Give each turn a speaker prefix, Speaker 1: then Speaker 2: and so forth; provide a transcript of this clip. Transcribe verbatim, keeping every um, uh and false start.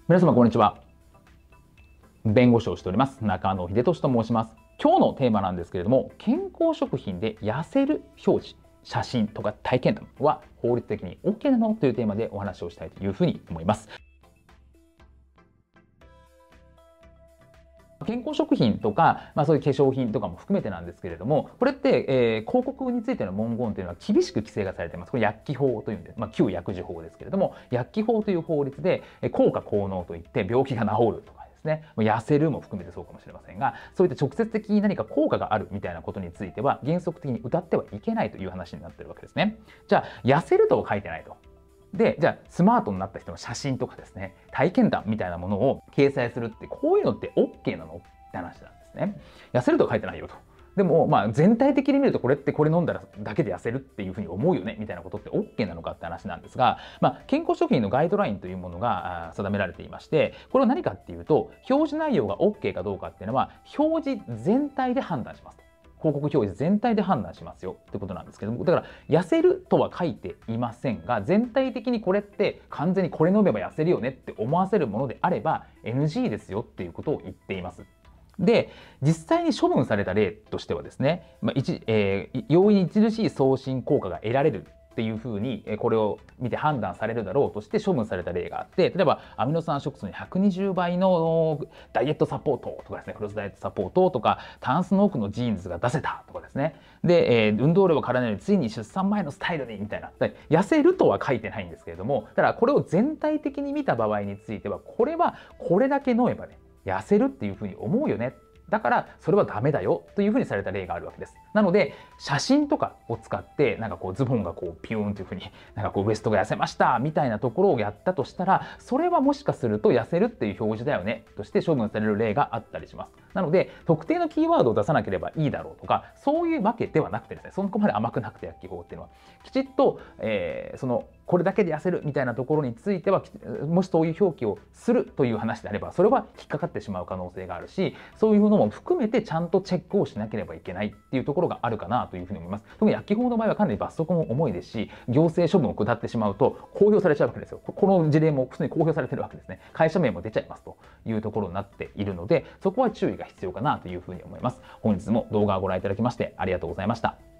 Speaker 1: 皆様こんにちは。弁護士をしております中野秀俊と申します。今日のテーマなんですけれども、健康食品で痩せる表示、写真とか体験談は法律的に オーケー なのというテーマでお話をしたいというふうに思います。健康食品とか、まあ、そういう化粧品とかも含めてなんですけれども、これって、えー、広告についての文言というのは厳しく規制がされています。これ薬機法というんで、まあ、旧薬事法ですけれども、薬機法という法律で効果効能といって病気が治るとかですね、痩せるも含めてそうかもしれませんが、そういった直接的に何か効果があるみたいなことについては原則的に謳ってはいけないという話になっているわけですね。じゃあ痩せるとは書いてないと。で、じゃあスマートになった人の写真とかですね、体験談みたいなものを掲載するって、こういうのって オーケー なのって話なんですね。痩せるとは書いてないよと。でもまあ全体的に見るとこれってこれ飲んだらだけで痩せるっていうふうに思うよねみたいなことって オーケー なのかって話なんですが、まあ、健康食品のガイドラインというものが定められていまして、これは何かっていうと、表示内容が オーケー かどうかっていうのは表示全体で判断しますと。広告表示全体で判断しますよってことなんですけども、だから痩せるとは書いていませんが、全体的にこれって完全にこれ飲めば痩せるよねって思わせるものであれば エヌジー ですよっていうことを言っています。で、実際に処分された例としてはですね、まあ一えー、容易に著しい送信効果が得られるっていうふうにこれを見て判断されるだろうとして処分された例があって、例えばアミノ酸色素のひゃくにじゅうばいのダイエットサポートとかですね、クロスダイエットサポートとか、タンスの奥のジーンズが出せたとかですね、で、えー、運動量が体よりついに出産前のスタイルにみたいな、痩せるとは書いてないんですけれども、ただこれを全体的に見た場合については、これはこれだけ飲めばね痩せるっていうふうに思うよね、だからそれはダメだよというふうにされた例があるわけです。なので写真とかを使ってなんかこうズボンがこうピューンというふうになんかこうウエストが痩せましたみたいなところをやったとしたら、それはもしかすると痩せるっていう表示だよねとして処分される例があったりします。なので特定のキーワードを出さなければいいだろうとか、そういうわけではなくてですね、そこまで甘くなくて薬機法っていうのはきちっと、えー、そのこれだけで痩せるみたいなところについては、もしそういう表記をするという話であればそれは引っかかってしまう可能性があるし、そういうものも含めてちゃんとチェックをしなければいけないっていうところがあるかなというふうに思います。特に薬機法の場合はかなり罰則も重いですし、行政処分を下ってしまうと公表されちゃうわけですよ。この事例も普通に公表されてるわけですね。会社名も出ちゃいますというところになっているので、そこは注意が必要かなというふうに思います。本日も動画をご覧いただきましてありがとうございました。